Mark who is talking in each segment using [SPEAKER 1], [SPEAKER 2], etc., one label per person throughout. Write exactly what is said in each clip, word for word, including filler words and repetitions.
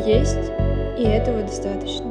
[SPEAKER 1] есть, и этого достаточно.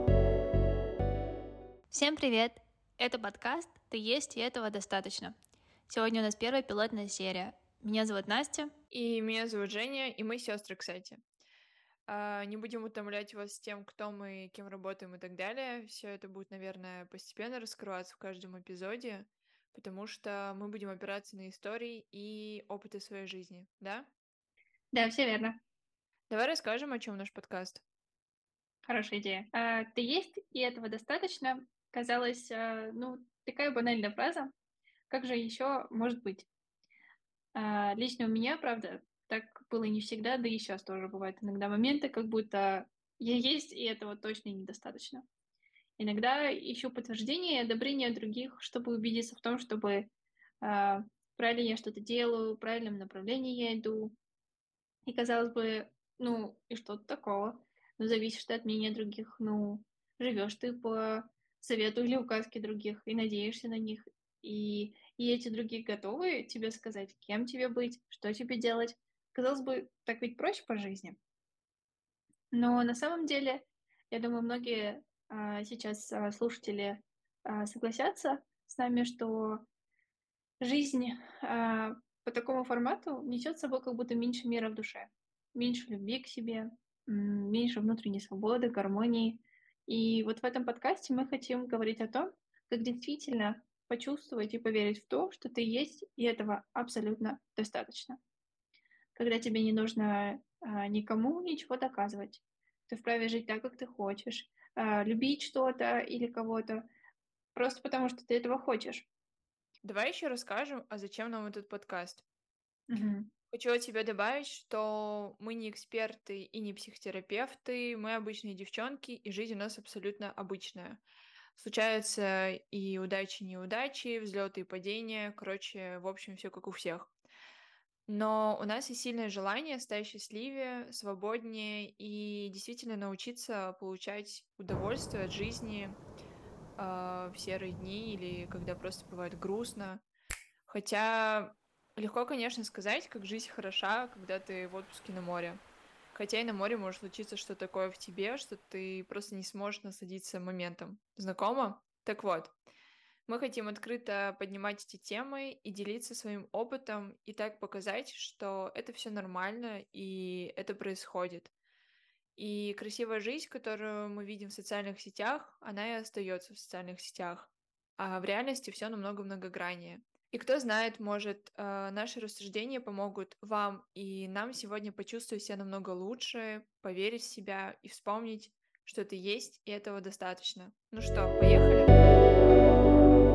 [SPEAKER 2] Всем привет! Это подкаст «Ты есть, и этого достаточно». Сегодня у нас первая пилотная серия. Меня зовут Настя.
[SPEAKER 3] И меня зовут Женя, и мы сестры, кстати. А, не будем утомлять вас тем, кто мы, кем работаем и так далее. Все это будет, наверное, постепенно раскрываться в каждом эпизоде, потому что мы будем опираться на истории и опыты своей жизни, да?
[SPEAKER 2] Да, все верно.
[SPEAKER 3] Давай расскажем, о чем наш подкаст.
[SPEAKER 2] Хорошая идея. А, «Ты есть, и этого достаточно» казалось, а, ну, такая банальная фраза. Как же еще может быть? А, лично у меня, правда, так было не всегда, да и сейчас тоже бывают иногда моменты, как будто я есть, и этого точно недостаточно. Иногда ищу подтверждение и одобрение других, чтобы убедиться в том, чтобы а, правильно я что-то делаю, в правильном направлении я иду. И казалось бы, ну и что тут такого? Ну, зависишь ты от мнения других, ну, живешь ты по совету или указке других и надеешься на них. И, и эти другие готовы тебе сказать, кем тебе быть, что тебе делать. Казалось бы, так ведь проще по жизни. Но на самом деле, я думаю, многие а, сейчас а, слушатели а, согласятся с нами, что жизнь а, по такому формату несет с собой как будто меньше мира в душе, меньше любви к себе, м, меньше внутренней свободы, гармонии. И вот в этом подкасте мы хотим говорить о том, как действительно почувствовать и поверить в то, что ты есть, и этого абсолютно достаточно. Когда тебе не нужно а, никому ничего доказывать. Ты вправе жить так, как ты хочешь, а, любить что-то или кого-то, просто потому что ты этого хочешь.
[SPEAKER 3] Давай еще расскажем, а зачем нам этот подкаст.
[SPEAKER 2] Мгм.
[SPEAKER 3] Хочу от тебя добавить, что мы не эксперты и не психотерапевты, мы обычные девчонки, и жизнь у нас абсолютно обычная. Случаются и удачи, и неудачи, взлеты и падения, короче, в общем, все как у всех. Но у нас есть сильное желание стать счастливее, свободнее и действительно научиться получать удовольствие от жизни э, в серые дни или когда просто бывает грустно. Хотя легко, конечно, сказать, как жизнь хороша, когда ты в отпуске на море. Хотя и на море может случиться что-то такое в тебе, что ты просто не сможешь насладиться моментом. Знакомо? Так вот, мы хотим открыто поднимать эти темы и делиться своим опытом, и так показать, что это все нормально, и это происходит. И красивая жизнь, которую мы видим в социальных сетях, она и остается в социальных сетях. А в реальности все намного многограннее. И кто знает, может, э, наши рассуждения помогут вам и нам сегодня почувствовать себя намного лучше, поверить в себя и вспомнить, что ты есть, и этого достаточно. Ну что, поехали?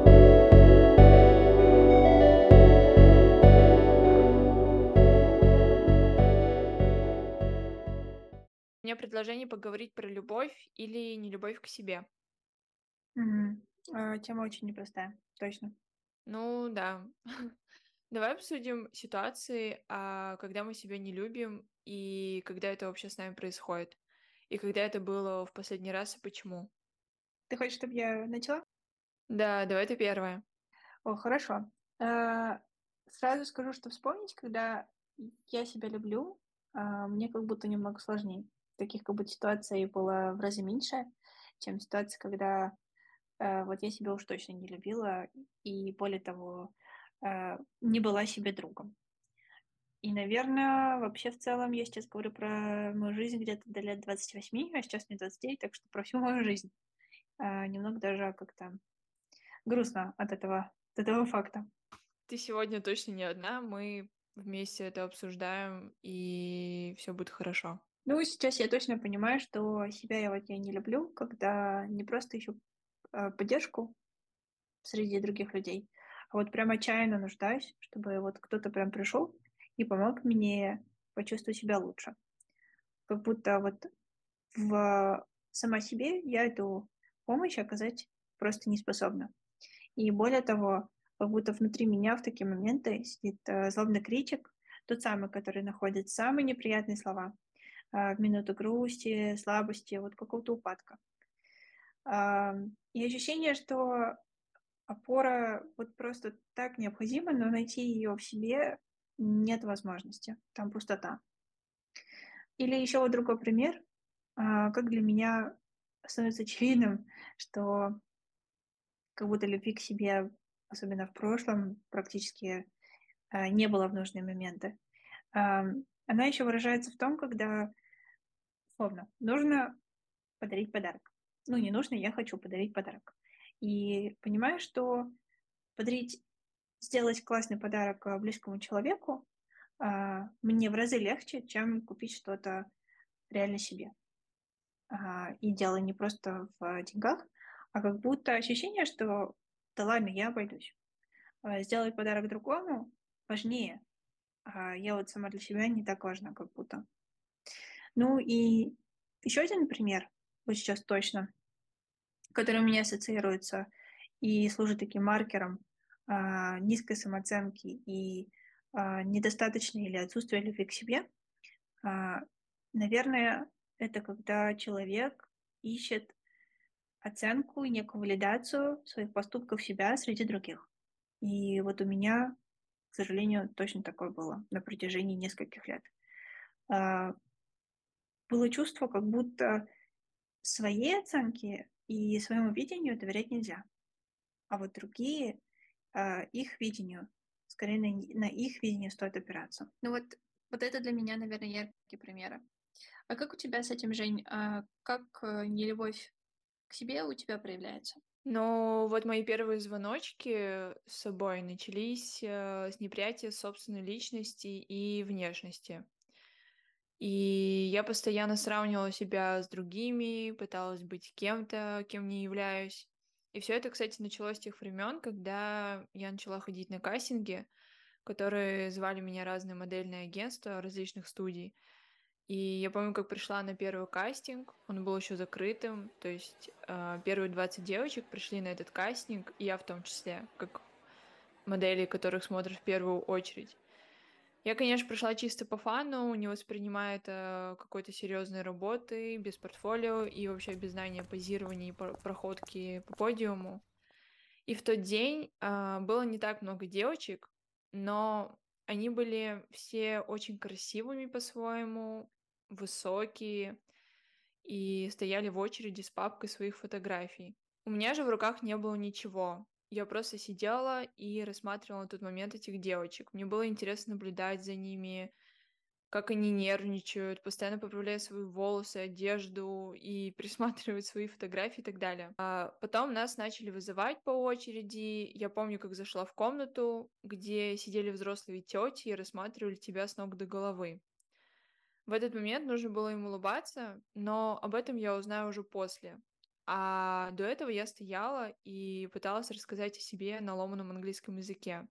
[SPEAKER 3] У меня предложение поговорить про любовь или нелюбовь к себе.
[SPEAKER 2] Мгм. А, Тема очень непростая, точно.
[SPEAKER 3] Ну да. Давай обсудим ситуации, а, когда мы себя не любим, и когда это вообще с нами происходит. И когда это было в последний раз, и почему.
[SPEAKER 2] Ты хочешь, чтобы я начала?
[SPEAKER 3] Да, давай ты первая.
[SPEAKER 2] О, хорошо. А, Сразу скажу, что вспомнить, когда я себя люблю, а, мне как будто немного сложнее. Таких как будто ситуаций было в разы меньше, чем ситуации, когда э, вот я себя уж точно не любила и, более того, э, не была себе другом. И, наверное, вообще в целом я сейчас говорю про мою жизнь где-то до лет двадцати восьми, а сейчас мне двадцать девять, так что про всю мою жизнь. А, немного даже как-то грустно от этого, от этого факта.
[SPEAKER 3] Ты сегодня точно не одна, мы вместе это обсуждаем, и все будет хорошо.
[SPEAKER 2] Ну, сейчас я точно понимаю, что себя я вот я не люблю, когда не просто ищу а, поддержку среди других людей, а вот прям отчаянно нуждаюсь, чтобы вот кто-то прям пришел и помог мне почувствовать себя лучше. Как будто вот в сама себе я эту помощь оказать просто не способна. И более того, как будто внутри меня в такие моменты сидит э, злобный критик, тот самый, который находит самые неприятные слова а, в минуту грусти, слабости, вот какого-то упадка. А, И ощущение, что опора вот просто так необходима, но найти ее в себе нет возможности. Там пустота. Или еще вот другой пример. а, как для меня становится очевидным, что как будто любви к себе, особенно в прошлом, практически а, не было в нужные моменты. Ам, Она еще выражается в том, когда, условно, нужно подарить подарок. Ну, не нужно, я хочу подарить подарок. И понимаю, что подарить, сделать классный подарок а, близкому человеку а, мне в разы легче, чем купить что-то реально себе. А, и дело не просто в деньгах, а как будто ощущение, что да ладно, я обойдусь. А, сделать подарок другому важнее. А я вот сама для себя не так важна, как будто. Ну и еще один пример, вот сейчас точно, который у меня ассоциируется и служит таким маркером а, низкой самооценки и а, недостаточной или отсутствия любви к себе. А, наверное, это когда человек ищет оценку и некую валидацию своих поступков себя среди других. И вот у меня, к сожалению, точно такое было на протяжении нескольких лет. А, Было чувство, как будто своей оценке и своему видению доверять нельзя, а вот другие, а, их видению, скорее на, ни- на их видение стоит опираться. Ну вот, вот это для меня, наверное, яркие примеры. А как у тебя с этим, Жень? А как э, нелюбовь к себе у тебя проявляется?
[SPEAKER 3] Но вот мои первые звоночки с собой начались э, с неприятия собственной личности и внешности. И я постоянно сравнивала себя с другими, пыталась быть кем-то, кем не являюсь. И все это, кстати, началось с тех времен, когда я начала ходить на кастинги, которые звали меня разные модельные агентства различных студий. И я помню, как пришла на первый кастинг, он был еще закрытым, то есть э, первые двадцать девочек пришли на этот кастинг, и я в том числе, как модели, которых смотрят в первую очередь. Я, конечно, пришла чисто по фану, не воспринимая это какой-то серьезной работы, без портфолио и вообще без знания позирования и про- проходки по подиуму. И в тот день а, было не так много девочек, но они были все очень красивыми по-своему, высокие и стояли в очереди с папкой своих фотографий. У меня же в руках не было ничего. Я просто сидела и рассматривала на тот момент этих девочек. Мне было интересно наблюдать за ними, как они нервничают, постоянно поправляя свои волосы, одежду и присматривать свои фотографии и так далее. А потом нас начали вызывать по очереди. Я помню, как зашла в комнату, где сидели взрослые тети и рассматривали тебя с ног до головы. В этот момент нужно было им улыбаться, но об этом я узнаю уже после. А до этого я стояла и пыталась рассказать о себе на ломаном английском языке.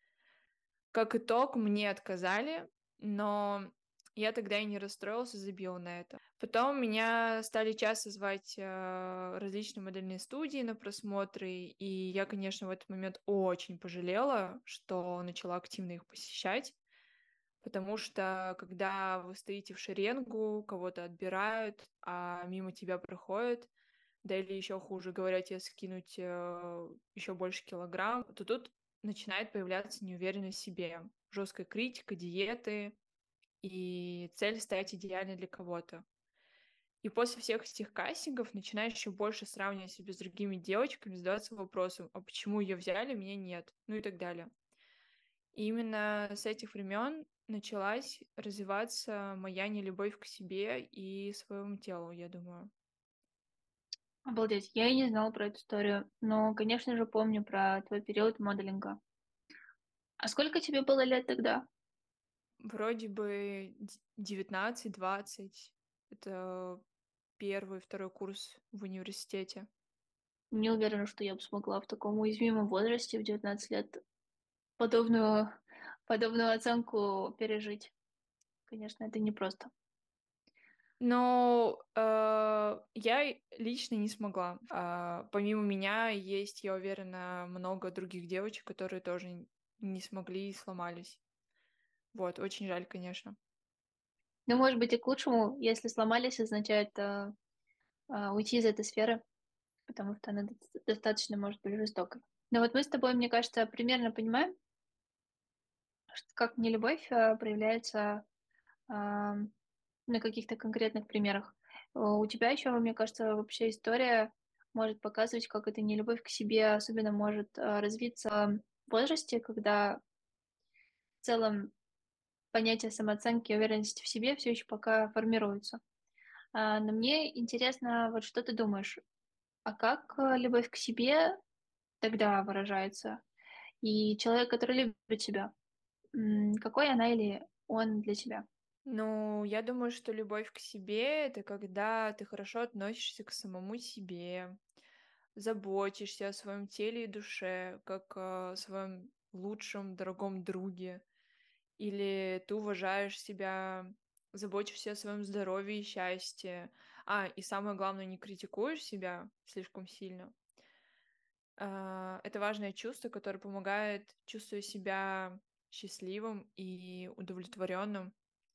[SPEAKER 3] Как итог, мне отказали, но я тогда и не расстроилась и забила на это. Потом меня стали часто звать э, различные модельные студии на просмотры, и я, конечно, в этот момент очень пожалела, что начала активно их посещать, потому что когда вы стоите в шеренгу, кого-то отбирают, а мимо тебя проходят, да или еще хуже, говорят тебе скинуть э, еще больше килограмм, то тут начинает появляться неуверенность в себе, жесткая критика, диеты и цель стать идеальной для кого-то. И после всех этих кастингов начинаешь еще больше сравнивать себя с другими девочками, задаваться вопросом, а почему ее взяли, меня нет, ну и так далее. И именно с этих времен началась развиваться моя нелюбовь к себе и своему телу, я думаю.
[SPEAKER 2] Обалдеть, я и не знала про эту историю, но, конечно же, помню про твой период моделинга. А сколько тебе было лет тогда?
[SPEAKER 3] Вроде бы девятнадцать-двадцать. Это первый, второй курс в университете.
[SPEAKER 2] Не уверена, что я бы смогла в таком уязвимом возрасте, в девятнадцать лет, подобную, подобную оценку пережить. Конечно, это непросто.
[SPEAKER 3] Но э, я лично не смогла. А, помимо меня есть, я уверена, много других девочек, которые тоже не смогли и сломались. Вот, очень жаль, конечно.
[SPEAKER 2] Но, может быть, и к лучшему, если сломались, означает а, а, уйти из этой сферы, потому что она д- достаточно может быть жестокой. Но вот мы с тобой, мне кажется, примерно понимаем, что как нелюбовь а, проявляется а, на каких-то конкретных примерах. О, У тебя еще, мне кажется, вообще история может показывать, как эта нелюбовь к себе особенно может а, развиться в возрасте, когда в целом понятие самооценки и уверенности в себе все еще пока формируются. А, Но мне интересно, вот что ты думаешь, а как а, любовь к себе тогда выражается? И человек, который любит себя, м, какой она или он для тебя?
[SPEAKER 3] Ну, я думаю, что любовь к себе — это когда ты хорошо относишься к самому себе, заботишься о своем теле и душе, как о своем лучшем, дорогом друге, или ты уважаешь себя, заботишься о своем здоровье и счастье. А, и самое главное, не критикуешь себя слишком сильно. А, Это важное чувство, которое помогает чувствовать себя счастливым и удовлетворенным.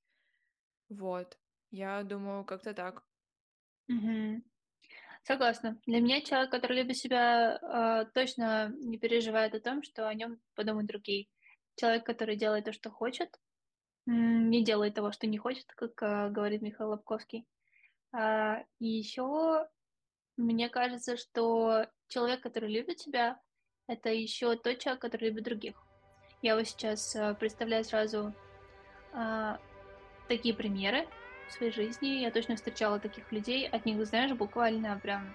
[SPEAKER 3] Вот. Я думаю, как-то так.
[SPEAKER 2] Мгм. Согласна. Для меня человек, который любит себя, а, точно не переживает о том, что о нем подумают другие. Человек, который делает то, что хочет, м, не делает того, что не хочет, как а, говорит Михаил Лобковский. А, и еще мне кажется, что человек, который любит себя, это еще тот человек, который любит других. Я вот сейчас а, представляю сразу а, такие примеры в своей жизни. Я точно встречала таких людей. От них, знаешь, буквально прям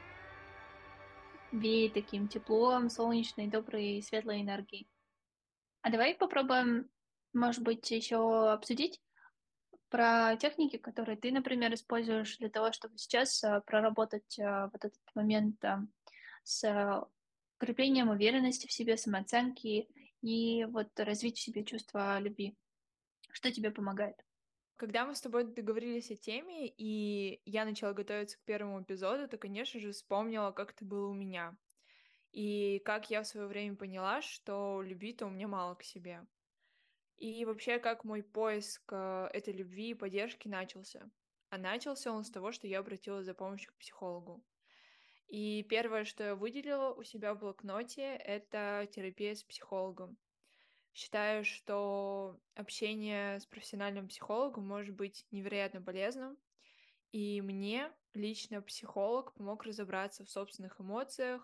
[SPEAKER 2] веет таким теплом, солнечной, доброй и светлой энергией. А давай попробуем, может быть, еще обсудить про техники, которые ты, например, используешь для того, чтобы сейчас а, проработать а, вот этот момент а, с а, укреплением уверенности в себе, самооценки и вот развить в себе чувство любви. Что тебе помогает?
[SPEAKER 3] Когда мы с тобой договорились о теме, и я начала готовиться к первому эпизоду, то, конечно же, вспомнила, как это было у меня. И как я в свое время поняла, что любви-то у меня мало к себе. И вообще, как мой поиск э, этой любви и поддержки начался. А начался он с того, что я обратилась за помощью к психологу. И первое, что я выделила у себя в блокноте, это терапия с психологом. Считаю, что общение с профессиональным психологом может быть невероятно полезным, и мне лично психолог помог разобраться в собственных эмоциях,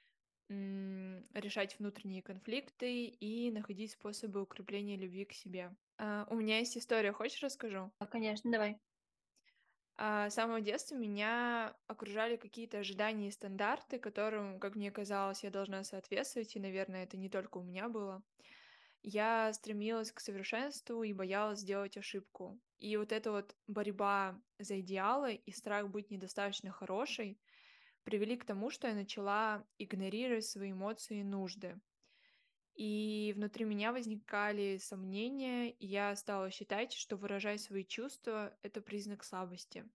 [SPEAKER 3] м, решать внутренние конфликты и находить способы укрепления любви к себе. А, у меня есть история, хочешь расскажу?
[SPEAKER 2] А, Конечно, давай.
[SPEAKER 3] А, С самого детства меня окружали какие-то ожидания и стандарты, которым, как мне казалось, я должна соответствовать, и, наверное, это не только у меня было. Я стремилась к совершенству и боялась сделать ошибку. И вот эта вот борьба за идеалы и страх быть недостаточно хорошей привели к тому, что я начала игнорировать свои эмоции и нужды. И внутри меня возникали сомнения, и я стала считать, что выражать свои чувства — это признак слабости.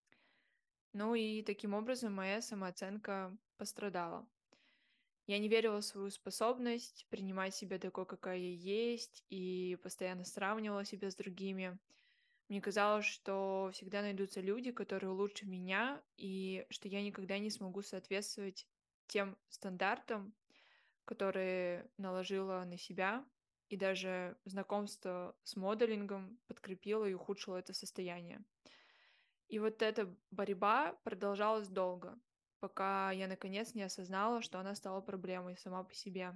[SPEAKER 3] Ну и таким образом моя самооценка пострадала. Я не верила в свою способность принимать себя такой, какая я есть, и постоянно сравнивала себя с другими. Мне казалось, что всегда найдутся люди, которые лучше меня, и что я никогда не смогу соответствовать тем стандартам, которые наложила на себя, и даже знакомство с моделингом подкрепило и ухудшило это состояние. И вот эта борьба продолжалась долго, пока я наконец не осознала, что она стала проблемой сама по себе.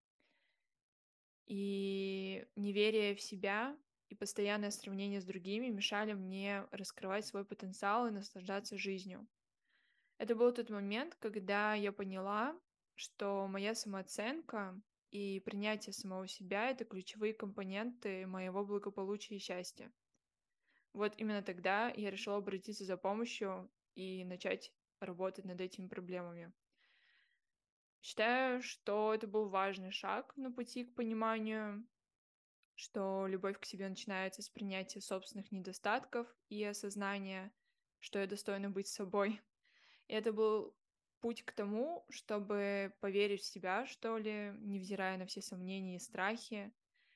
[SPEAKER 3] И неверие в себя и постоянное сравнение с другими мешали мне раскрывать свой потенциал и наслаждаться жизнью. Это был тот момент, когда я поняла, что моя самооценка и принятие самого себя — это ключевые компоненты моего благополучия и счастья. Вот именно тогда я решила обратиться за помощью и начать работать над этими проблемами. Считаю, что это был важный шаг на пути к пониманию, что любовь к себе начинается с принятия собственных недостатков и осознания, что я достойна быть собой. И это был путь к тому, чтобы поверить в себя, что ли, невзирая на все сомнения и страхи.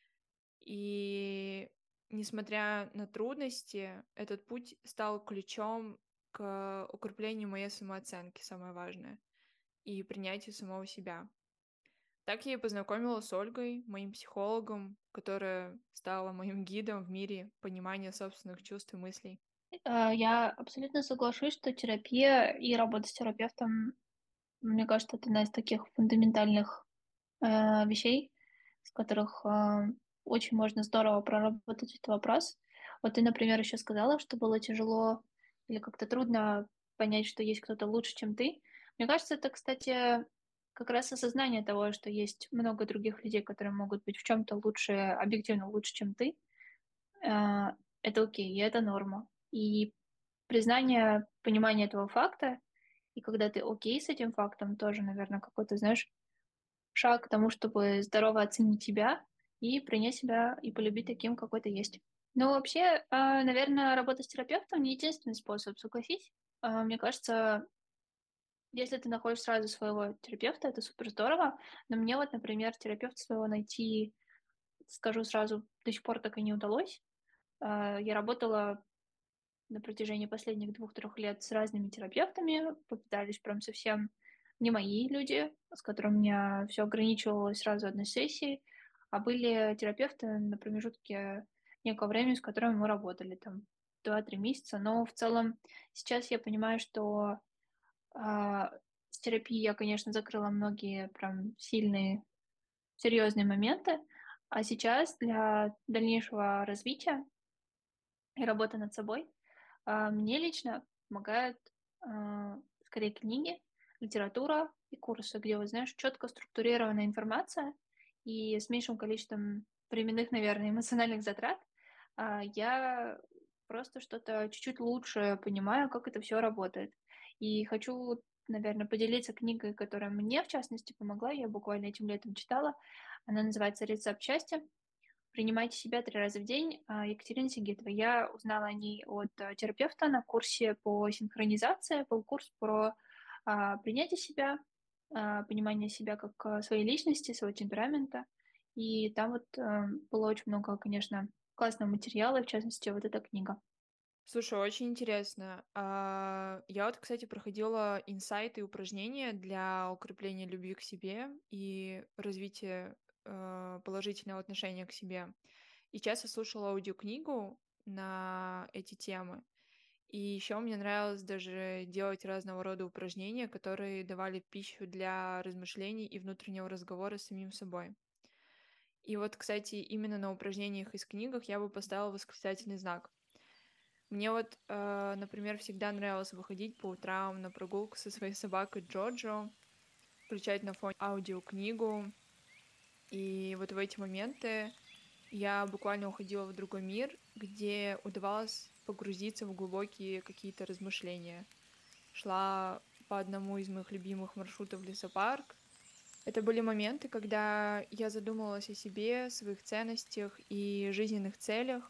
[SPEAKER 3] И несмотря на трудности, этот путь стал ключом к укреплению моей самооценки, самое важное, и принятию самого себя. Так я и познакомилась с Ольгой, моим психологом, которая стала моим гидом в мире понимания собственных чувств и мыслей.
[SPEAKER 2] Э, Я абсолютно соглашусь, что терапия и работа с терапевтом, мне кажется, это одна из таких фундаментальных э, вещей, с которых э, очень можно здорово проработать этот вопрос. Вот ты, например, еще сказала, что было тяжело или как-то трудно понять, что есть кто-то лучше, чем ты. Мне кажется, это, кстати, как раз осознание того, что есть много других людей, которые могут быть в чем-то лучше, объективно лучше, чем ты. э, Это окей, и это норма. И признание, понимание этого факта, и когда ты окей с этим фактом, тоже, наверное, какой-то, знаешь, шаг к тому, чтобы здорово оценить себя и принять себя и полюбить таким, какой ты есть. Но вообще, наверное, работа с терапевтом не единственный способ, согласись. А, Мне кажется, если ты находишь сразу своего терапевта, это супер здорово. Но мне вот, например, терапевта своего найти, скажу сразу, до сих пор так и не удалось. А, Я работала на протяжении последних двух-трех лет с разными терапевтами, попытались прям совсем не мои люди, с которыми у меня все ограничивалось сразу одной сессией, а были терапевты на промежутке некого времени, с которыми мы работали, там, два-три месяца. Но в целом сейчас я понимаю, что а, с терапией я, конечно, закрыла многие прям сильные, серьезные моменты, а сейчас для дальнейшего развития и работы над собой а, мне лично помогают а, скорее книги, литература и курсы, где, вот знаешь, четко структурированная информация и с меньшим количеством временных, наверное, эмоциональных затрат. а, Я просто что-то чуть-чуть лучше понимаю, как это все работает. И хочу, наверное, поделиться книгой, которая мне, в частности, помогла. Я буквально этим летом читала. Она называется «Рецепт счастья». «Принимайте себя три раза в день» а, Екатерины Сигитовой. Я узнала о ней от а, терапевта на курсе по синхронизации. Был курс про а, принятие себя, а, понимание себя как а, своей личности, своего темперамента. И там вот а, было очень много, конечно, классного материала, в частности, вот эта книга.
[SPEAKER 3] Слушай, очень интересно. А, Я вот, кстати, проходила инсайты и упражнения для укрепления любви к себе и развития э, положительного отношения к себе. И часто слушала аудиокнигу на эти темы. И еще мне нравилось даже делать разного рода упражнения, которые давали пищу для размышлений и внутреннего разговора с самим собой. И вот, кстати, именно на упражнениях из книгах я бы поставила восклицательный знак. Мне вот, э, например, всегда нравилось выходить по утрам на прогулку со своей собакой Джоджо, включать на фоне аудиокнигу. И вот в эти моменты я буквально уходила в другой мир, где удавалось погрузиться в глубокие какие-то размышления. Шла по одному из моих любимых маршрутов в лесопарк. Это были моменты, когда я задумывалась о себе, своих ценностях и жизненных целях,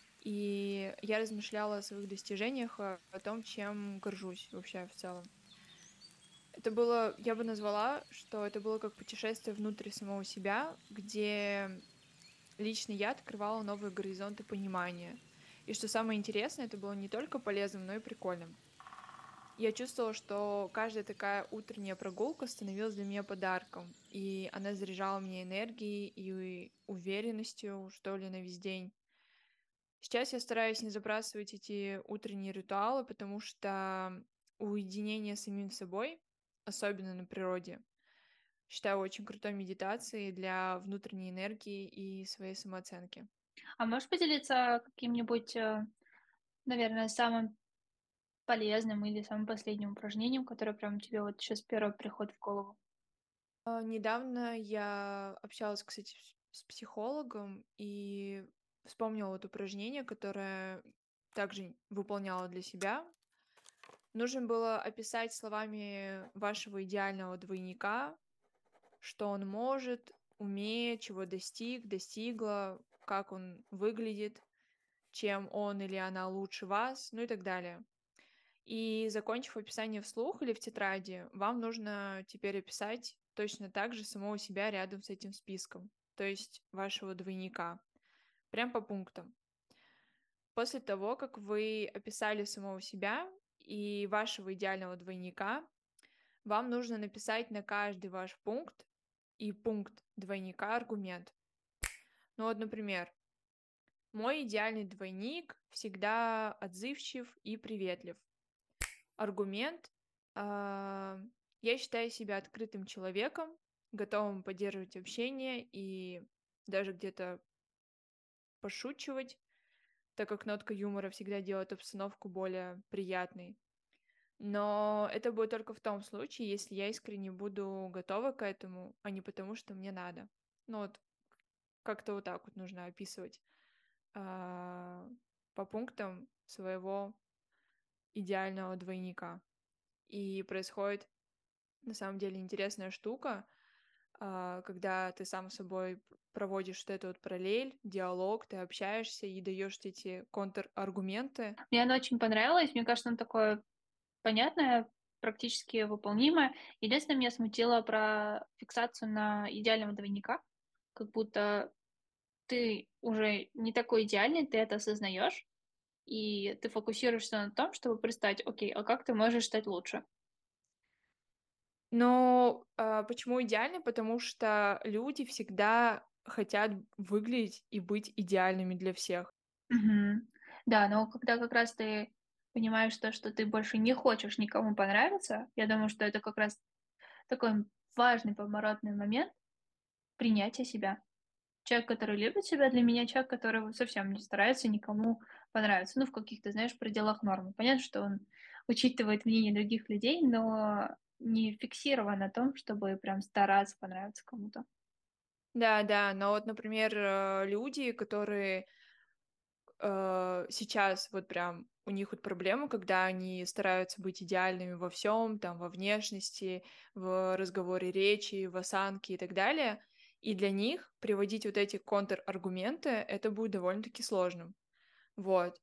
[SPEAKER 3] и я размышляла о своих достижениях, о о том, чем горжусь вообще в целом. Это было, я бы назвала, что это было как путешествие внутрь самого себя, где лично я открывала новые горизонты понимания. И что самое интересное, это было не только полезным, но и прикольным. Я чувствовала, что каждая такая утренняя прогулка становилась для меня подарком, и она заряжала меня энергией и уверенностью, что ли, на весь день. Сейчас я стараюсь не забрасывать эти утренние ритуалы, потому что уединение с самим собой, особенно на природе, считаю очень крутой медитацией для внутренней энергии и своей самооценки.
[SPEAKER 2] А можешь поделиться каким-нибудь, э, наверное, самым полезным или самым последним упражнением, которое прям тебе вот сейчас первое приходит в голову?
[SPEAKER 3] А, Недавно я общалась, кстати, с с психологом и вспомнила вот упражнение, которое также выполняла для себя. Нужно было описать словами вашего идеального двойника, что он может, умеет, чего достиг, достигла, как он выглядит, чем он или она лучше вас, ну и так далее. И закончив описание вслух или в тетради, вам нужно теперь описать точно так же самого себя рядом с этим списком, то есть вашего двойника, прям по пунктам. После того, как вы описали самого себя и вашего идеального двойника, вам нужно написать на каждый ваш пункт и пункт двойника аргумент. Ну вот, например, Мой идеальный двойник всегда отзывчив и приветлив. Аргумент. а, Я считаю себя открытым человеком, готовым поддерживать общение и даже где-то пошучивать, так как нотка юмора всегда делает обстановку более приятной. Но это будет только в том случае, если я искренне буду готова к этому, а не потому, что мне надо. Ну вот как-то вот так вот нужно описывать а, по пунктам своего идеального двойника. И происходит на самом деле интересная штука, а, когда ты сам с собой п- проводишь вот эту вот параллель, диалог, ты общаешься и даешь эти контраргументы.
[SPEAKER 2] Мне оно очень понравилось. Мне кажется, оно такое понятное, практически выполнимое. Единственное, меня смутило про фиксацию на идеального двойника. Как будто ты уже не такой идеальный, ты это осознаешь, и ты фокусируешься на том, чтобы представить, окей, а как ты можешь стать лучше?
[SPEAKER 3] Но а, почему идеальный? Потому что люди всегда хотят выглядеть и быть идеальными для всех.
[SPEAKER 2] Мгм. Да, но когда как раз ты понимаешь то, что ты больше не хочешь никому понравиться, я думаю, что это как раз такой важный поворотный момент принятия себя. Человек, который любит себя, для меня человек, который вот совсем не старается никому понравиться. Ну, в каких-то, знаешь, пределах нормы. Понятно, что он учитывает мнение других людей, но не фиксирован на том, чтобы прям стараться понравиться кому-то.
[SPEAKER 3] Да, да, но вот, например, э, люди, которые э, сейчас вот прям у них вот проблема, когда они стараются быть идеальными во всем, там, во внешности, в разговоре речи, в осанке и так далее. И для них приводить вот эти контраргументы, это будет довольно-таки сложным. Вот.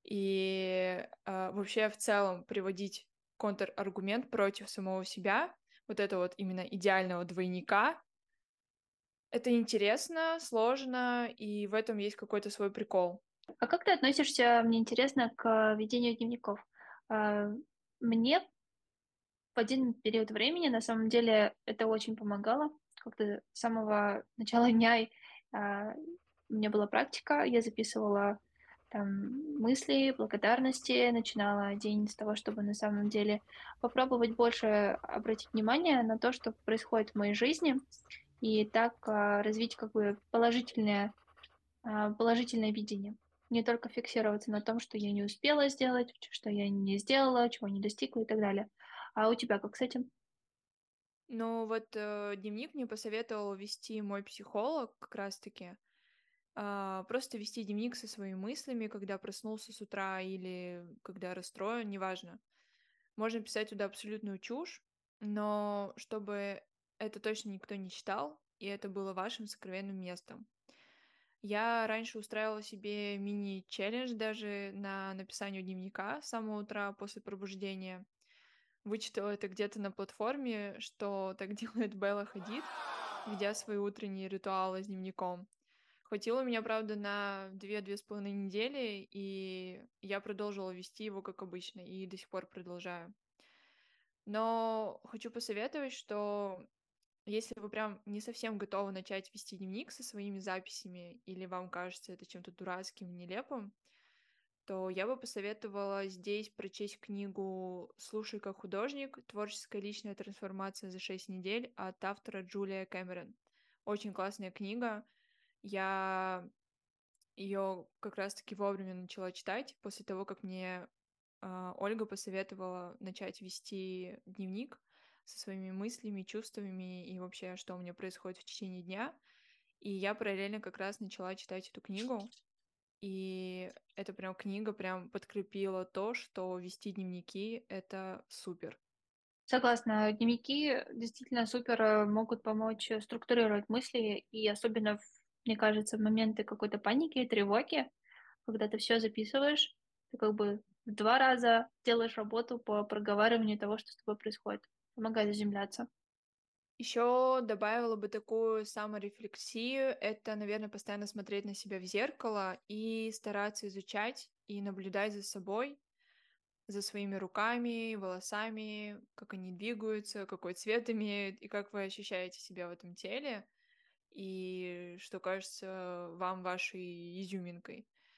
[SPEAKER 3] И а, вообще в целом приводить контраргумент против самого себя, вот это вот именно идеального двойника, это интересно, сложно, и в этом есть какой-то свой прикол.
[SPEAKER 2] А как ты относишься, мне интересно, к ведению дневников? А, Мне в один период времени, на самом деле, это очень помогало. Как-то с самого начала дня и, а, у меня была практика, я записывала там мысли, благодарности, начинала день с того, чтобы на самом деле попробовать больше обратить внимание на то, что происходит в моей жизни, и так а, развить как бы положительное, а, положительное видение. Не только фиксироваться на том, что я не успела сделать, что я не сделала, чего не достигла и так далее. А у тебя как с этим?
[SPEAKER 3] Но вот э, дневник мне посоветовал вести мой психолог как раз-таки. А, просто вести дневник со своими мыслями, когда проснулся с утра или когда расстроен, неважно. Можно писать туда абсолютную чушь, но чтобы это точно никто не читал, и это было вашим сокровенным местом. Я раньше устраивала себе мини-челлендж даже на написанию дневника с самого утра после пробуждения. Вычитала это где-то на платформе, что так делает Белла Хадид, ведя свои утренние ритуалы с дневником. Хватило меня, правда, на две-две с половиной недели, и я продолжила вести его как обычно, и до сих пор продолжаю. Но хочу посоветовать, что если вы прям не совсем готовы начать вести дневник со своими записями, или вам кажется это чем-то дурацким, нелепым, то я бы посоветовала здесь прочесть книгу «Слушай как художник. Творческая личная трансформация за шесть недель» от автора Джулия Кэмерон. Очень классная книга. Я ее как раз-таки вовремя начала читать после того, как мне а, Ольга посоветовала начать вести дневник со своими мыслями, чувствами и вообще, что у меня происходит в течение дня. И я параллельно как раз начала читать эту книгу, и эта прям книга прям подкрепила то, что вести дневники — это супер.
[SPEAKER 2] Согласна, дневники действительно супер э, могут помочь э, структурировать мысли, и особенно, в- мне кажется, в моменты какой-то паники и тревоги, когда ты все записываешь, ты как бы в два раза делаешь работу по проговариванию того, что с тобой происходит. Помогает заземляться.
[SPEAKER 3] Еще добавила бы такую саморефлексию. Это, наверное, постоянно смотреть на себя в зеркало и стараться изучать и наблюдать за собой, за своими руками, волосами, как они двигаются, какой цвет имеют, и как вы ощущаете себя в этом теле, и что кажется вам вашей изюминкой.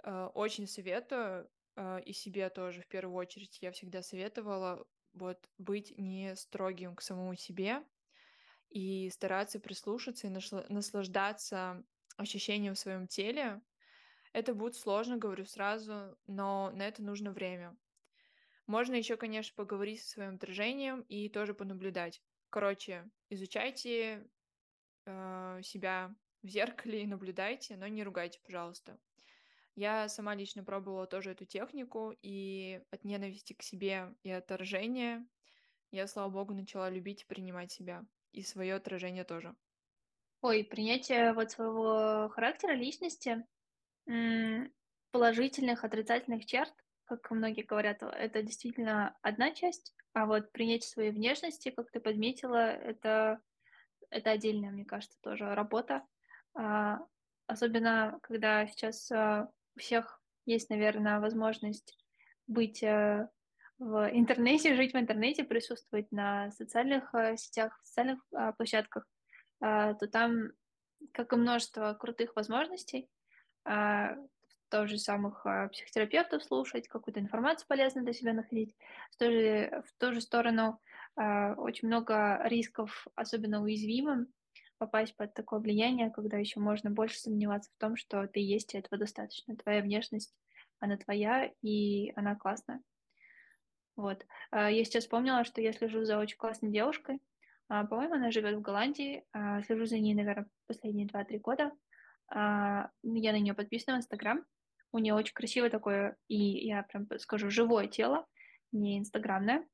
[SPEAKER 3] Э, Очень советую, э, и себе тоже в первую очередь я всегда советовала вот быть не строгим к самому себе и стараться прислушаться и нашла- наслаждаться ощущением в своем теле. Это будет сложно, говорю сразу, но на это нужно время. Можно еще, конечно, поговорить со своим отражением и тоже понаблюдать. Короче, изучайте э, себя в зеркале и наблюдайте, но не ругайте, пожалуйста. Я сама лично пробовала тоже эту технику, и от ненависти к себе и отторжения я, слава богу, начала любить и принимать себя. И свое отражение тоже.
[SPEAKER 2] Ой, принятие вот своего характера, личности, м, положительных, отрицательных черт, как многие говорят, это действительно одна часть, а вот принятие своей внешности, как ты подметила, это, это отдельная, мне кажется, тоже работа. А, Особенно, когда сейчас а, у всех есть, наверное, возможность быть э, в интернете, жить в интернете, присутствовать на социальных э, сетях, социальных а, площадках, а, то там, как и множество крутых возможностей, а, тоже самых а, психотерапевтов слушать, какую-то информацию полезную для себя находить. В ту же, в ту же сторону а, очень много рисков, особенно уязвимым, попасть под такое влияние, когда еще можно больше сомневаться в том, что ты есть, и этого достаточно. Твоя внешность, она твоя, и она классная. Вот. А, Я сейчас вспомнила, что я слежу за очень классной девушкой. А, По-моему, она живет в Голландии. А, Слежу за ней, наверное, последние два-три года. А, ну, Я на нее подписана в Инстаграм. У нее очень красивое такое, и я прям скажу, живое тело, не инстаграмное.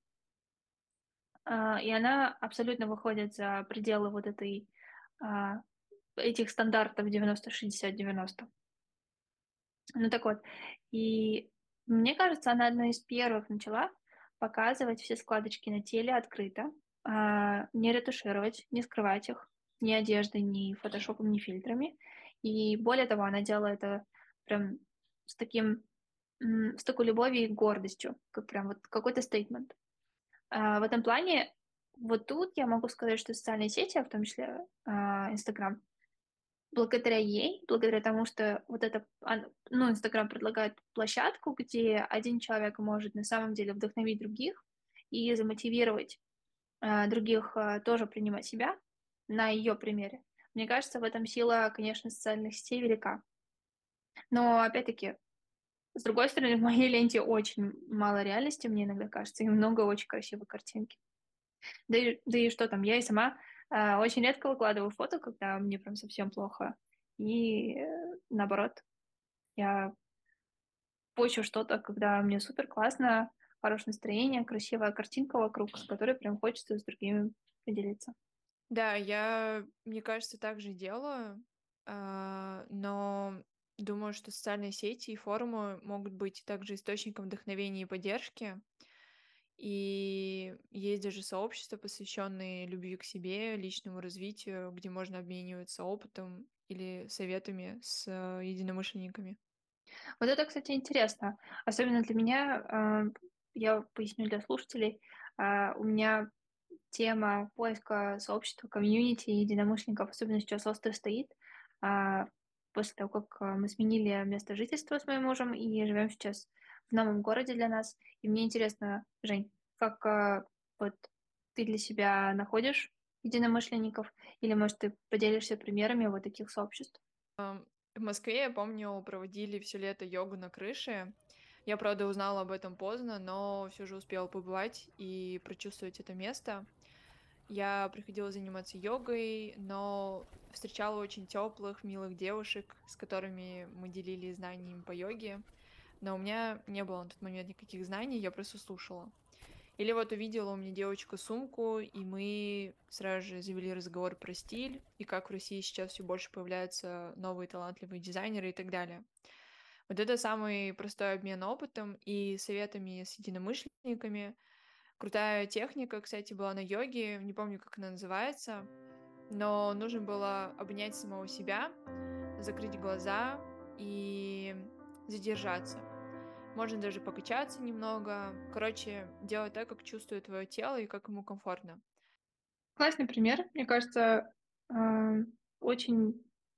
[SPEAKER 2] А, И она абсолютно выходит за пределы вот этой, а, этих стандартов девяносто шестьдесят девяносто. Ну так вот, и мне кажется, она одна из первых начала показывать все складочки на теле открыто, а, не ретушировать, не скрывать их ни одеждой, ни фотошопом, ни фильтрами. И более того, она делала это прям с таким, м, с такой любовью и гордостью, как прям вот какой-то стейтмент. А, В этом плане вот тут я могу сказать, что социальные сети, а в том числе а, Инстаграм, благодаря ей, благодаря тому, что вот это, ан- ну, Инстаграм предлагает площадку, где один человек может на самом деле вдохновить других и замотивировать э, других э, тоже принимать себя на ее примере. Мне кажется, в этом сила, конечно, социальных сетей велика. Но, опять-таки, с другой стороны, в моей ленте очень мало реальности, мне иногда кажется, и много очень красивой картинки. Да и, да и что там, я и сама э, очень редко выкладываю фото, когда мне прям совсем плохо. И э, наоборот, я пощу что-то, когда мне супер классно, хорошее настроение, красивая картинка вокруг, с которой прям хочется с другими поделиться.
[SPEAKER 3] Да, я, мне кажется, так же делаю, а, но думаю, что социальные сети и форумы могут быть также источником вдохновения и поддержки. И есть даже сообщества, посвященные любви к себе, личному развитию, где можно обмениваться опытом или советами с э, единомышленниками.
[SPEAKER 2] Вот это, кстати, интересно. Особенно для меня, э, я поясню для слушателей, э, у меня тема поиска сообщества, комьюнити, единомышленников, особенно сейчас остро стоит. А, После того, как а, мы сменили место жительства с моим мужем и живем сейчас в новом городе для нас. И мне интересно, Жень, как а, вот ты для себя находишь единомышленников, или, может, ты поделишься примерами вот таких сообществ?
[SPEAKER 3] В Москве, я помню, проводили все лето йогу на крыше. Я, правда, узнала об этом поздно, но все же успела побывать и прочувствовать это место. Я приходила заниматься йогой, но встречала очень теплых, милых девушек, с которыми мы делили знаниями по йоге. Но у меня не было на тот момент никаких знаний, я просто слушала. Или вот увидела у меня девочка сумку, и мы сразу же завели разговор про стиль, и как в России сейчас все больше появляются новые талантливые дизайнеры и так далее. Вот это самый простой обмен опытом и советами с единомышленниками. Крутая техника, кстати, была на йоге, не помню, как она называется, но нужно было обнять самого себя, закрыть глаза и задержаться. Можно даже покачаться немного. Короче, делать так, как чувствует твое тело и как ему комфортно.
[SPEAKER 2] Классный пример. Мне кажется, э, очень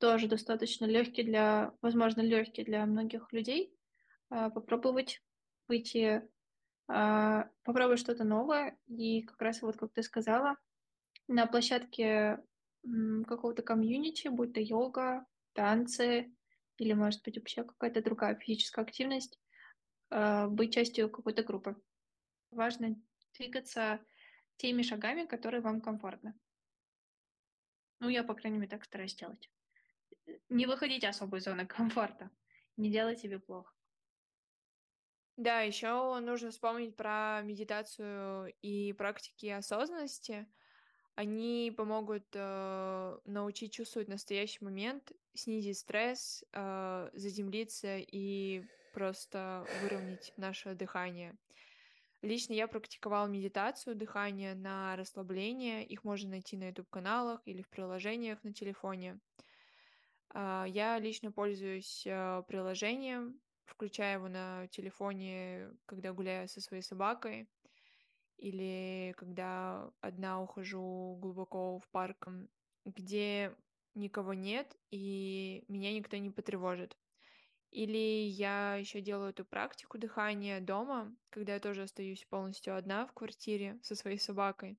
[SPEAKER 2] тоже достаточно легкий для, возможно, легкий для многих людей. А, попробовать выйти, а, попробовать что-то новое. И как раз вот, как ты сказала, на площадке, м, какого-то комьюнити, будь то йога, танцы или, может быть, вообще какая-то другая физическая активность, а, быть частью какой-то группы. Важно двигаться теми шагами, которые вам комфортны. Ну, я, по крайней мере, так стараюсь делать. Э, не выходите особо из зоны комфорта, не делай себе плохо.
[SPEAKER 3] Да, еще нужно вспомнить про медитацию и практики осознанности. Они помогут э, научить чувствовать настоящий момент, снизить стресс, э, заземлиться и просто выровнять наше дыхание. Лично я практиковала медитацию дыхания на расслабление. Их можно найти на YouTube-каналах или в приложениях на телефоне. А, Я лично пользуюсь э, приложением, включаю его на телефоне, когда гуляю со своей собакой, или когда одна ухожу глубоко в парк, м, где никого нет и меня никто не потревожит. Или я еще делаю эту практику дыхания дома, когда я тоже остаюсь полностью одна в квартире со своей собакой.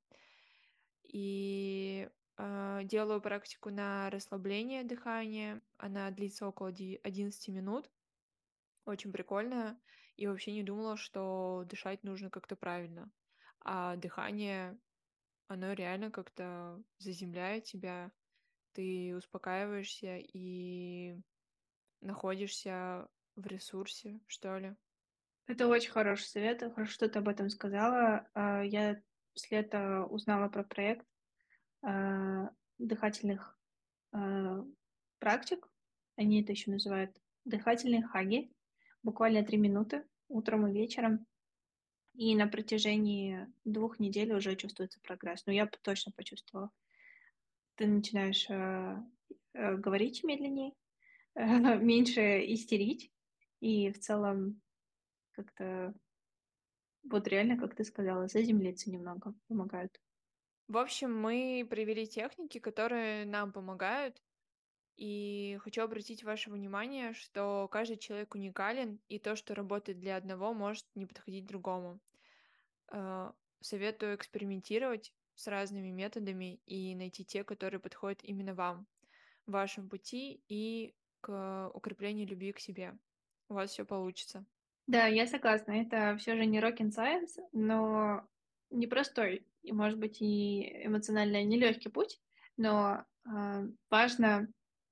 [SPEAKER 3] И а, делаю практику на расслабление дыхания. Она длится около ди- одиннадцати минут. Очень прикольно. И вообще не думала, что дышать нужно как-то правильно. А дыхание, оно реально как-то заземляет тебя. Ты успокаиваешься и находишься в ресурсе, что ли.
[SPEAKER 2] Это очень хороший совет. Хорошо, что ты об этом сказала. А, Я после этого узнала про проект а, дыхательных а, практик. Они это еще называют дыхательные хаги. Буквально три минуты утром и вечером. И на протяжении двух недель уже чувствуется прогресс. Но я п- точно почувствовала. Ты начинаешь э, э, говорить медленнее, меньше истерить. И в целом как-то вот реально, как ты сказала, заземлиться немного помогают.
[SPEAKER 3] В общем, мы привели техники, которые нам помогают. И хочу обратить ваше внимание, что каждый человек уникален, и то, что работает для одного, может не подходить другому. Э, Советую экспериментировать с разными методами и найти те, которые подходят именно вам, в вашем пути и к укреплению любви к себе. У вас все получится.
[SPEAKER 2] Да, я согласна. Это все же не rocket science, но непростой и, может быть, и эмоционально нелегкий путь. Но а, важно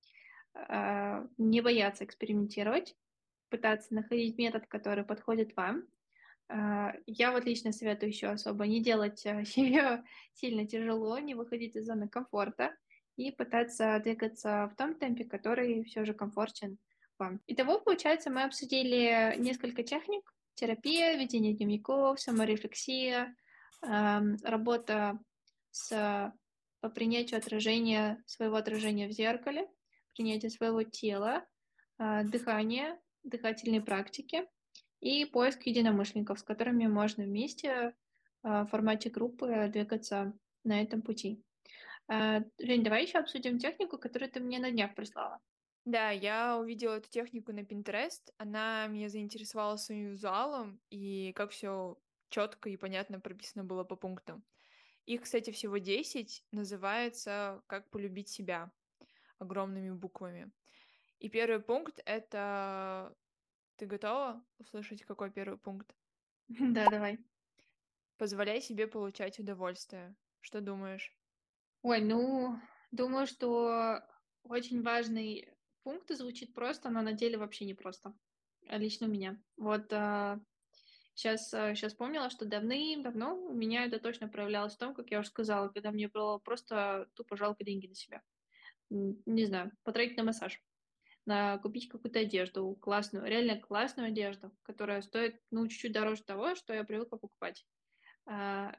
[SPEAKER 2] а, не бояться экспериментировать, пытаться находить метод, который подходит вам. А, Я вот лично советую еще особо не делать а, себе сильно тяжело, не выходить из зоны комфорта и пытаться двигаться в том темпе, который все же комфортен вам. Итого, получается, мы обсудили несколько техник: терапия, ведение дневников, саморефлексия, ам, работа с по принятию отражения, своего отражения в зеркале, принятие своего тела, а, дыхание, дыхательные практики и поиск единомышленников, с которыми можно вместе а, в формате группы двигаться на этом пути. А, Жень, давай еще обсудим технику, которую ты мне на днях прислала.
[SPEAKER 3] Да, я увидела эту технику на Pinterest, она меня заинтересовала своим визуалом и как все четко и понятно прописано было по пунктам. Их, кстати, всего десять, называется «Как полюбить себя» огромными буквами. И первый пункт — это... Ты готова услышать, какой первый пункт?
[SPEAKER 2] Да, давай.
[SPEAKER 3] Позволяй себе получать удовольствие. Что думаешь?
[SPEAKER 2] Ой, ну, думаю, что очень важный пункт, и звучит просто, но на деле вообще не просто. А Лично у меня. Вот сейчас, сейчас вспомнила, что давным-давно у меня это точно проявлялось в том, как я уже сказала, когда мне было просто тупо жалко деньги на себя. М, Не знаю, потратить на массаж, на купить какую-то одежду классную, реально классную одежду, которая стоит, ну, чуть-чуть дороже того, что я привыкла покупать. А,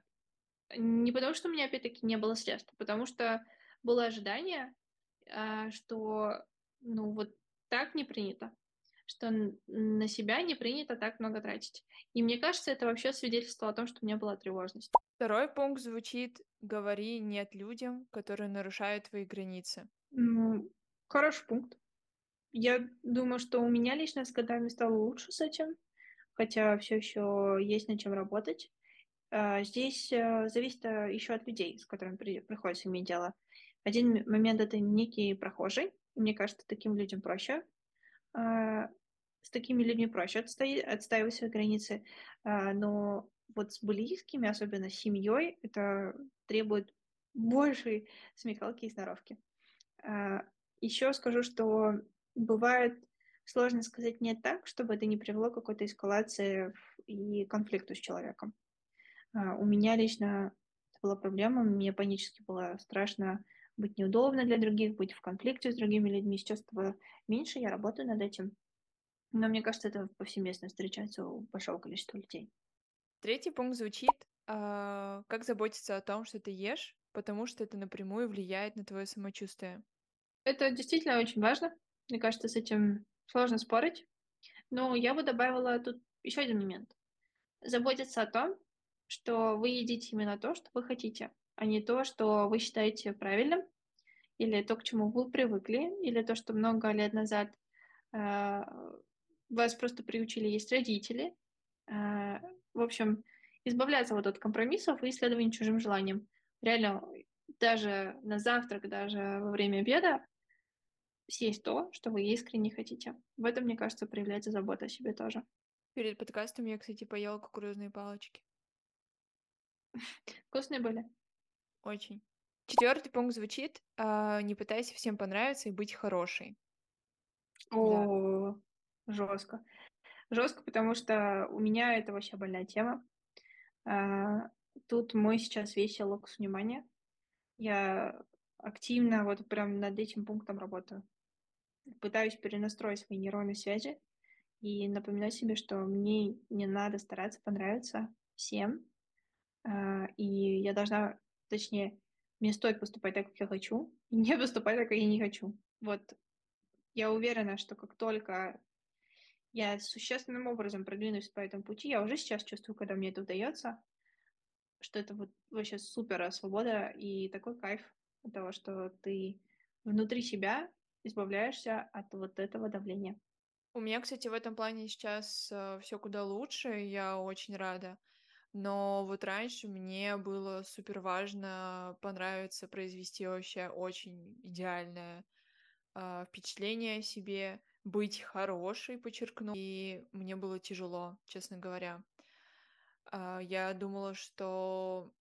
[SPEAKER 2] Не потому, что у меня, опять-таки, не было средств, а потому что было ожидание, а, что, ну, вот так не принято, что н- на себя не принято так много тратить. И мне кажется, это вообще свидетельствовало о том, что у меня была тревожность.
[SPEAKER 3] Второй пункт звучит «Говори нет людям, которые нарушают твои границы».
[SPEAKER 2] М, Хороший пункт. Я думаю, что у меня лично с годами стало лучше с этим, хотя все еще есть над чем работать. А, Здесь э, зависит еще от людей, с которыми при- приходится иметь дело. Один м- момент — это некий прохожий. Мне кажется, таким людям проще. а, С такими людьми проще отстои- отстаивать свои границы. А, Но вот с близкими, особенно с семьей, это требует большей смекалки и сноровки. А, Еще скажу, что бывает сложно сказать «нет» так, чтобы это не привело к какой-то эскалации в- и конфликту с человеком. А, У меня лично это была проблема, мне панически было страшно быть неудобно для других, быть в конфликте с другими людьми. Сейчас этого меньше, я работаю над этим. Но мне кажется, это повсеместно встречается у большого количества людей.
[SPEAKER 3] Третий пункт звучит, а, как заботиться о том, что ты ешь, потому что это напрямую влияет на твое самочувствие.
[SPEAKER 2] Это действительно очень важно. Мне кажется, с этим сложно спорить. Но я бы добавила тут еще один момент. Заботиться о том, что вы едите именно то, что вы хотите, а не то, что вы считаете правильным, или то, к чему вы привыкли, или то, что много лет назад э, вас просто приучили есть родители. Э, в общем, избавляться вот от компромиссов и следования чужим желаниям. Реально, даже на завтрак, даже во время обеда съесть то, что вы искренне хотите. В этом, мне кажется, проявляется забота о себе тоже.
[SPEAKER 3] Перед подкастом я, кстати, поела кукурузные палочки.
[SPEAKER 2] Вкусные были?
[SPEAKER 3] Очень. Четвертый пункт звучит, а, не пытайся всем понравиться и быть хорошей. Да.
[SPEAKER 2] О, жестко. Жестко, потому что у меня это вообще больная тема. А, Тут мой сейчас весь локус внимания. Я активно вот прям над этим пунктом работаю. Пытаюсь перенастроить свои нейронные связи и напоминать себе, что мне не надо стараться понравиться всем. А, И я должна, точнее, мне стоит поступать так, как я хочу, и не поступать так, как я не хочу. Вот я уверена, что как только я существенным образом продвинусь по этому пути, я уже сейчас чувствую, когда мне это удается, что это вот вообще супер свобода и такой кайф от того, что ты внутри себя избавляешься от вот этого давления.
[SPEAKER 3] У меня, кстати, в этом плане сейчас все куда лучше, и я очень рада. Но вот раньше мне было супер важно понравиться, произвести вообще очень идеальное а, впечатление о себе, быть хорошей, подчеркну. И мне было тяжело, честно говоря. А, Я думала, что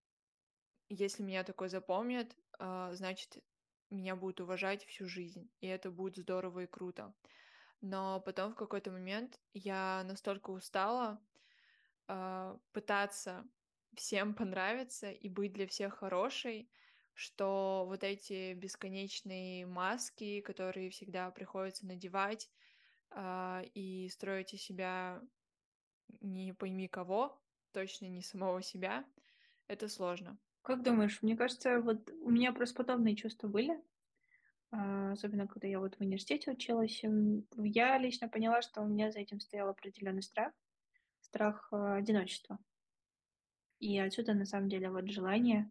[SPEAKER 3] если меня такое запомнят, а, значит, меня будут уважать всю жизнь, и это будет здорово и круто. Но потом в какой-то момент я настолько устала а, пытаться всем понравиться и быть для всех хорошей, что вот эти бесконечные маски, которые всегда приходится надевать, а, и строить из себя не пойми кого, точно не самого себя, это сложно.
[SPEAKER 2] Как думаешь, мне кажется, вот у меня просто подобные чувства были, а, особенно когда я вот в университете училась. М, Я лично поняла, что у меня за этим стоял определенный страх, страх а, одиночества. И отсюда, на самом деле, вот желание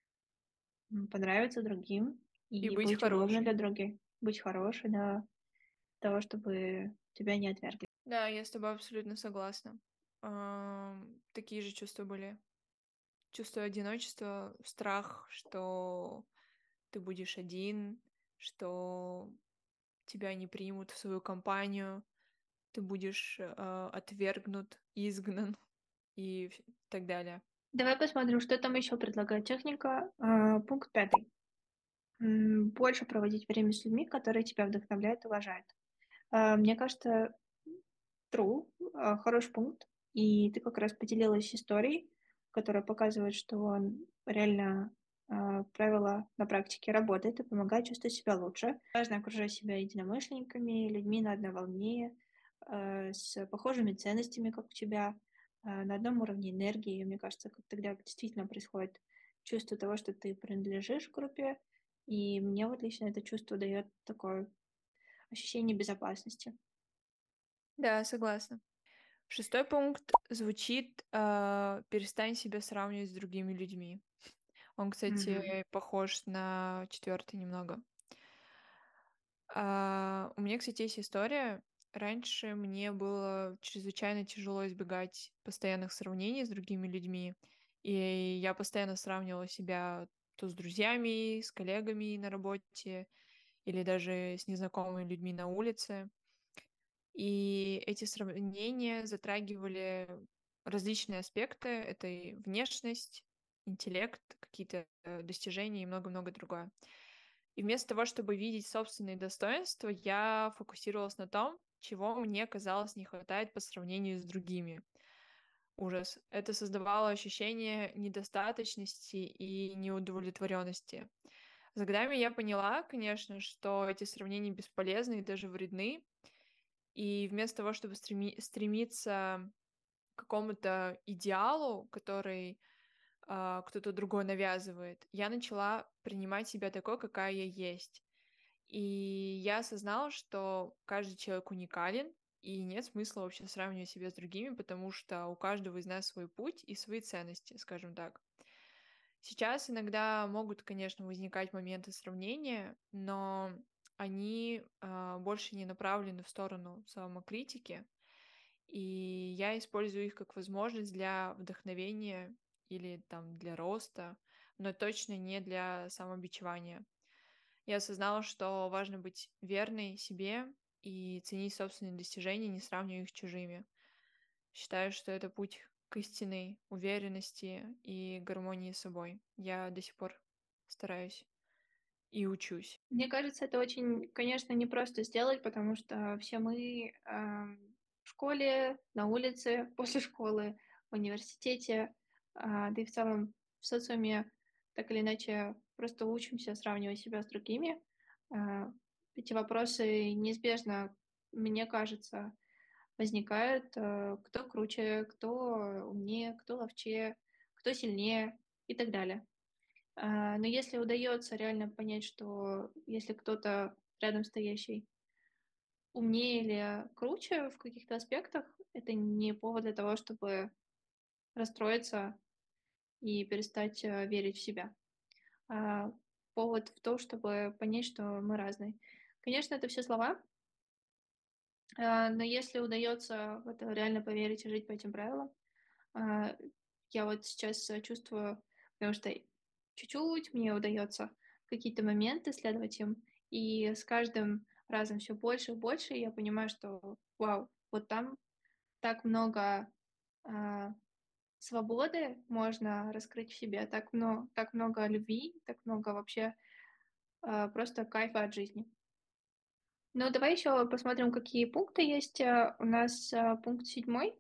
[SPEAKER 2] м, понравиться другим
[SPEAKER 3] И
[SPEAKER 2] и
[SPEAKER 3] быть
[SPEAKER 2] быть удобной
[SPEAKER 3] хорошей.
[SPEAKER 2] для других, быть хорошей, да, того, чтобы тебя не отвергли.
[SPEAKER 3] Да, я с тобой абсолютно согласна. Ам, Такие же чувства были. Чувство одиночества, страх, что ты будешь один, что тебя не примут в свою компанию, ты будешь э, отвергнут, изгнан и вс- так далее.
[SPEAKER 2] Давай посмотрим, что там еще предлагает техника. А, Пункт пятый. М, Больше проводить время с людьми, которые тебя вдохновляют и уважают. А, Мне кажется, true, а, хороший пункт. И ты как раз поделилась историей, которая показывает, что он реально а, правило на практике работает и помогает чувствовать себя лучше. Важно окружать себя единомышленниками, людьми на одной волне, а, с похожими ценностями, как у тебя, а, на одном уровне энергии. Мне кажется, как тогда действительно происходит чувство того, что ты принадлежишь группе. И мне вот лично это чувство дает такое ощущение безопасности.
[SPEAKER 3] Да, согласна. Шестой пункт звучит э, «перестань себя сравнивать с другими людьми». Он,
[SPEAKER 2] Мгм.
[SPEAKER 3] кстати, похож на четвертый немного. А, у меня, кстати, есть история. Раньше мне было чрезвычайно тяжело избегать постоянных сравнений с другими людьми, и я постоянно сравнивала себя то с друзьями, с коллегами на работе или даже с незнакомыми людьми на улице. И эти сравнения затрагивали различные аспекты. Это и внешность, интеллект, какие-то э, достижения и много-много другое. И вместо того, чтобы видеть собственные достоинства, я фокусировалась на том, чего мне казалось не хватает по сравнению с другими. Ужас. Это создавало ощущение недостаточности и неудовлетворенности. С годами я поняла, конечно, что эти сравнения бесполезны и даже вредны. И вместо того, чтобы стреми- стремиться к какому-то идеалу, который а, кто-то другой навязывает, я начала принимать себя такой, какая я есть. И я осознала, что каждый человек уникален, и нет смысла вообще сравнивать себя с другими, потому что у каждого из нас свой путь и свои ценности, скажем так. Сейчас иногда могут, конечно, возникать моменты сравнения, но они а, больше не направлены в сторону самокритики, и я использую их как возможность для вдохновения или там для роста, но точно не для самобичевания. Я осознала, что важно быть верной себе и ценить собственные достижения, не сравнивая их с чужими. Считаю, что это путь к истинной уверенности и гармонии с собой. Я до сих пор стараюсь и учусь.
[SPEAKER 2] Мне кажется, это очень, конечно, непросто сделать, потому что все мы ам, в школе, на улице, после школы, в университете, а, да и в целом в социуме так или иначе просто учимся сравнивать себя с другими. А, Эти вопросы неизбежно, мне кажется, возникают, э, кто круче, кто умнее, кто ловчее, кто сильнее и так далее. А, но если удается реально понять, что если кто-то рядом стоящий умнее или круче в каких-то аспектах, это не повод для того, чтобы расстроиться и перестать э, верить в себя. А повод в том, чтобы понять, что мы разные. Конечно, это все слова, а, но если удается в это реально поверить и жить по этим правилам, а, я вот сейчас э, чувствую, потому что чуть-чуть мне удается в какие-то моменты следовать им, и с каждым разом все больше и больше, и я понимаю, что вау, вот там так много а, свободы можно раскрыть в себе, так много, так много любви, так много вообще а, просто кайфа от жизни. Ну, давай еще посмотрим, какие пункты есть. А, У нас а, пункт седьмой.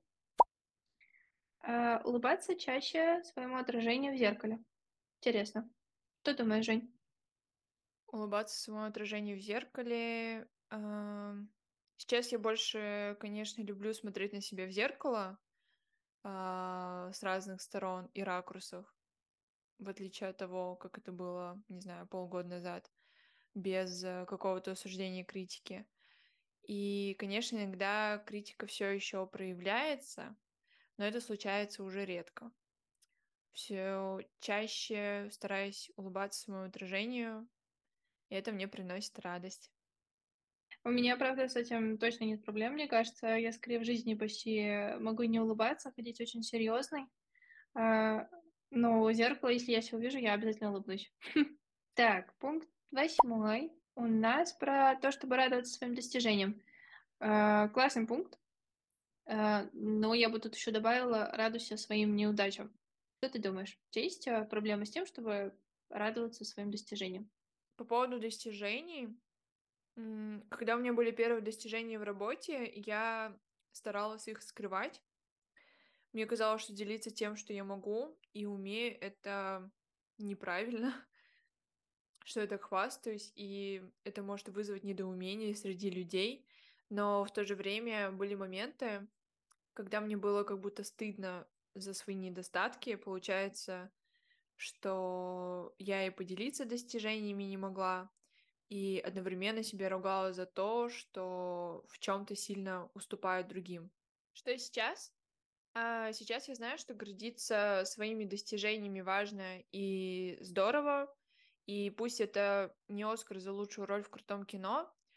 [SPEAKER 2] А, Улыбаться чаще своему отражению в зеркале. Интересно. Что думаешь, Жень?
[SPEAKER 3] Улыбаться своему отражению в зеркале. ам, Сейчас я больше, конечно, люблю смотреть на себя в зеркало а, с разных сторон и ракурсов, в отличие от того, как это было, не знаю, полгода назад, без э, какого-то осуждения и критики. И, конечно, иногда критика все еще проявляется, но это случается уже редко. Все чаще стараюсь улыбаться своему отражению, и это мне приносит радость.
[SPEAKER 2] У меня, правда, с этим точно нет проблем, мне кажется. Я скорее в жизни почти могу не улыбаться, ходить очень серьезной. А, Но у зеркала, если я себя увижу, я обязательно улыбнусь. Так, пункт восьмой. У нас про то, чтобы радоваться своим достижениям. А, Классный пункт. А, Но я бы тут еще добавила радуйся своим неудачам. Что ты думаешь? У тебя есть а, проблемы с тем, чтобы радоваться своим достижениям?
[SPEAKER 3] По поводу достижений, м, когда у меня были первые достижения в работе, я старалась их скрывать. Мне казалось, что делиться тем, что я могу и умею, это неправильно, что я так хвастаюсь, и это может вызвать недоумение среди людей. Но в то же время были моменты, когда мне было как будто стыдно за свои недостатки. Получается, что я и поделиться достижениями не могла, и одновременно себя ругала за то, что в чем-то сильно уступаю другим. Что сейчас? А сейчас я знаю, что гордиться своими достижениями важно и здорово, и пусть это не Оскар за лучшую роль в крутом кино,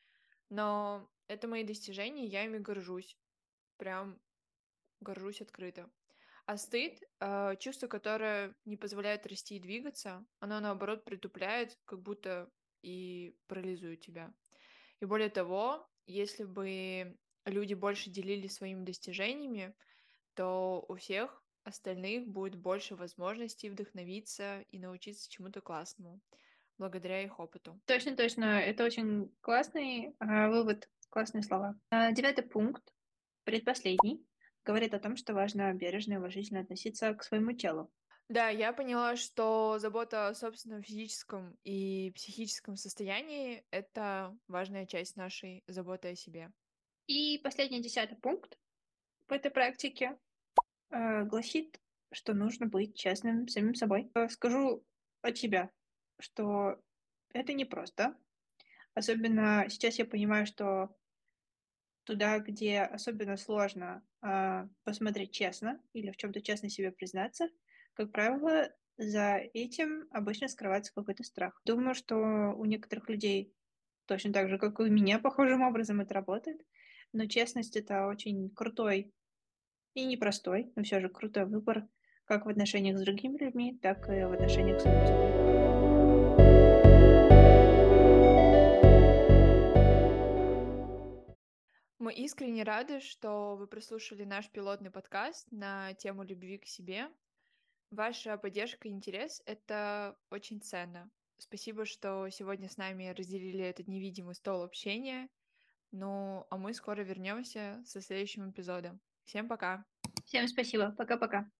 [SPEAKER 3] Но это мои достижения, я ими горжусь. Прям горжусь открыто. А стыд, э, чувство, которое не позволяет расти и двигаться, оно наоборот притупляет, как будто и парализует тебя. И более того, если бы люди больше делились своими достижениями, то у всех остальных будет больше возможностей вдохновиться и научиться чему-то классному благодаря их опыту.
[SPEAKER 2] Точно, точно. Это очень классный а, вывод, классные слова. А, Девятый пункт, предпоследний, говорит о том, что важно бережно и уважительно относиться к своему телу.
[SPEAKER 3] Да, я поняла, что забота о собственном физическом и психическом состоянии — это важная часть нашей заботы о себе.
[SPEAKER 2] И последний, десятый пункт в этой практике э, гласит, что нужно быть честным с самим собой. Э, Скажу от себя, что это непросто. Особенно сейчас я понимаю, что туда, где особенно сложно а, посмотреть честно или в чем-то честно себе признаться, как правило, за этим обычно скрывается какой-то страх. Думаю, что у некоторых людей точно так же, как и у меня, похожим образом это работает. Но честность — это очень крутой и непростой, но все же крутой выбор как в отношениях с другими людьми, так и в отношениях с самим собой.
[SPEAKER 3] Мы искренне рады, что вы прослушали наш пилотный подкаст на тему любви к себе. Ваша поддержка и интерес — это очень ценно. Спасибо, что сегодня с нами разделили этот невидимый стол общения. Ну, а мы скоро вернемся со следующим эпизодом. Всем пока!
[SPEAKER 2] Всем спасибо. Пока-пока.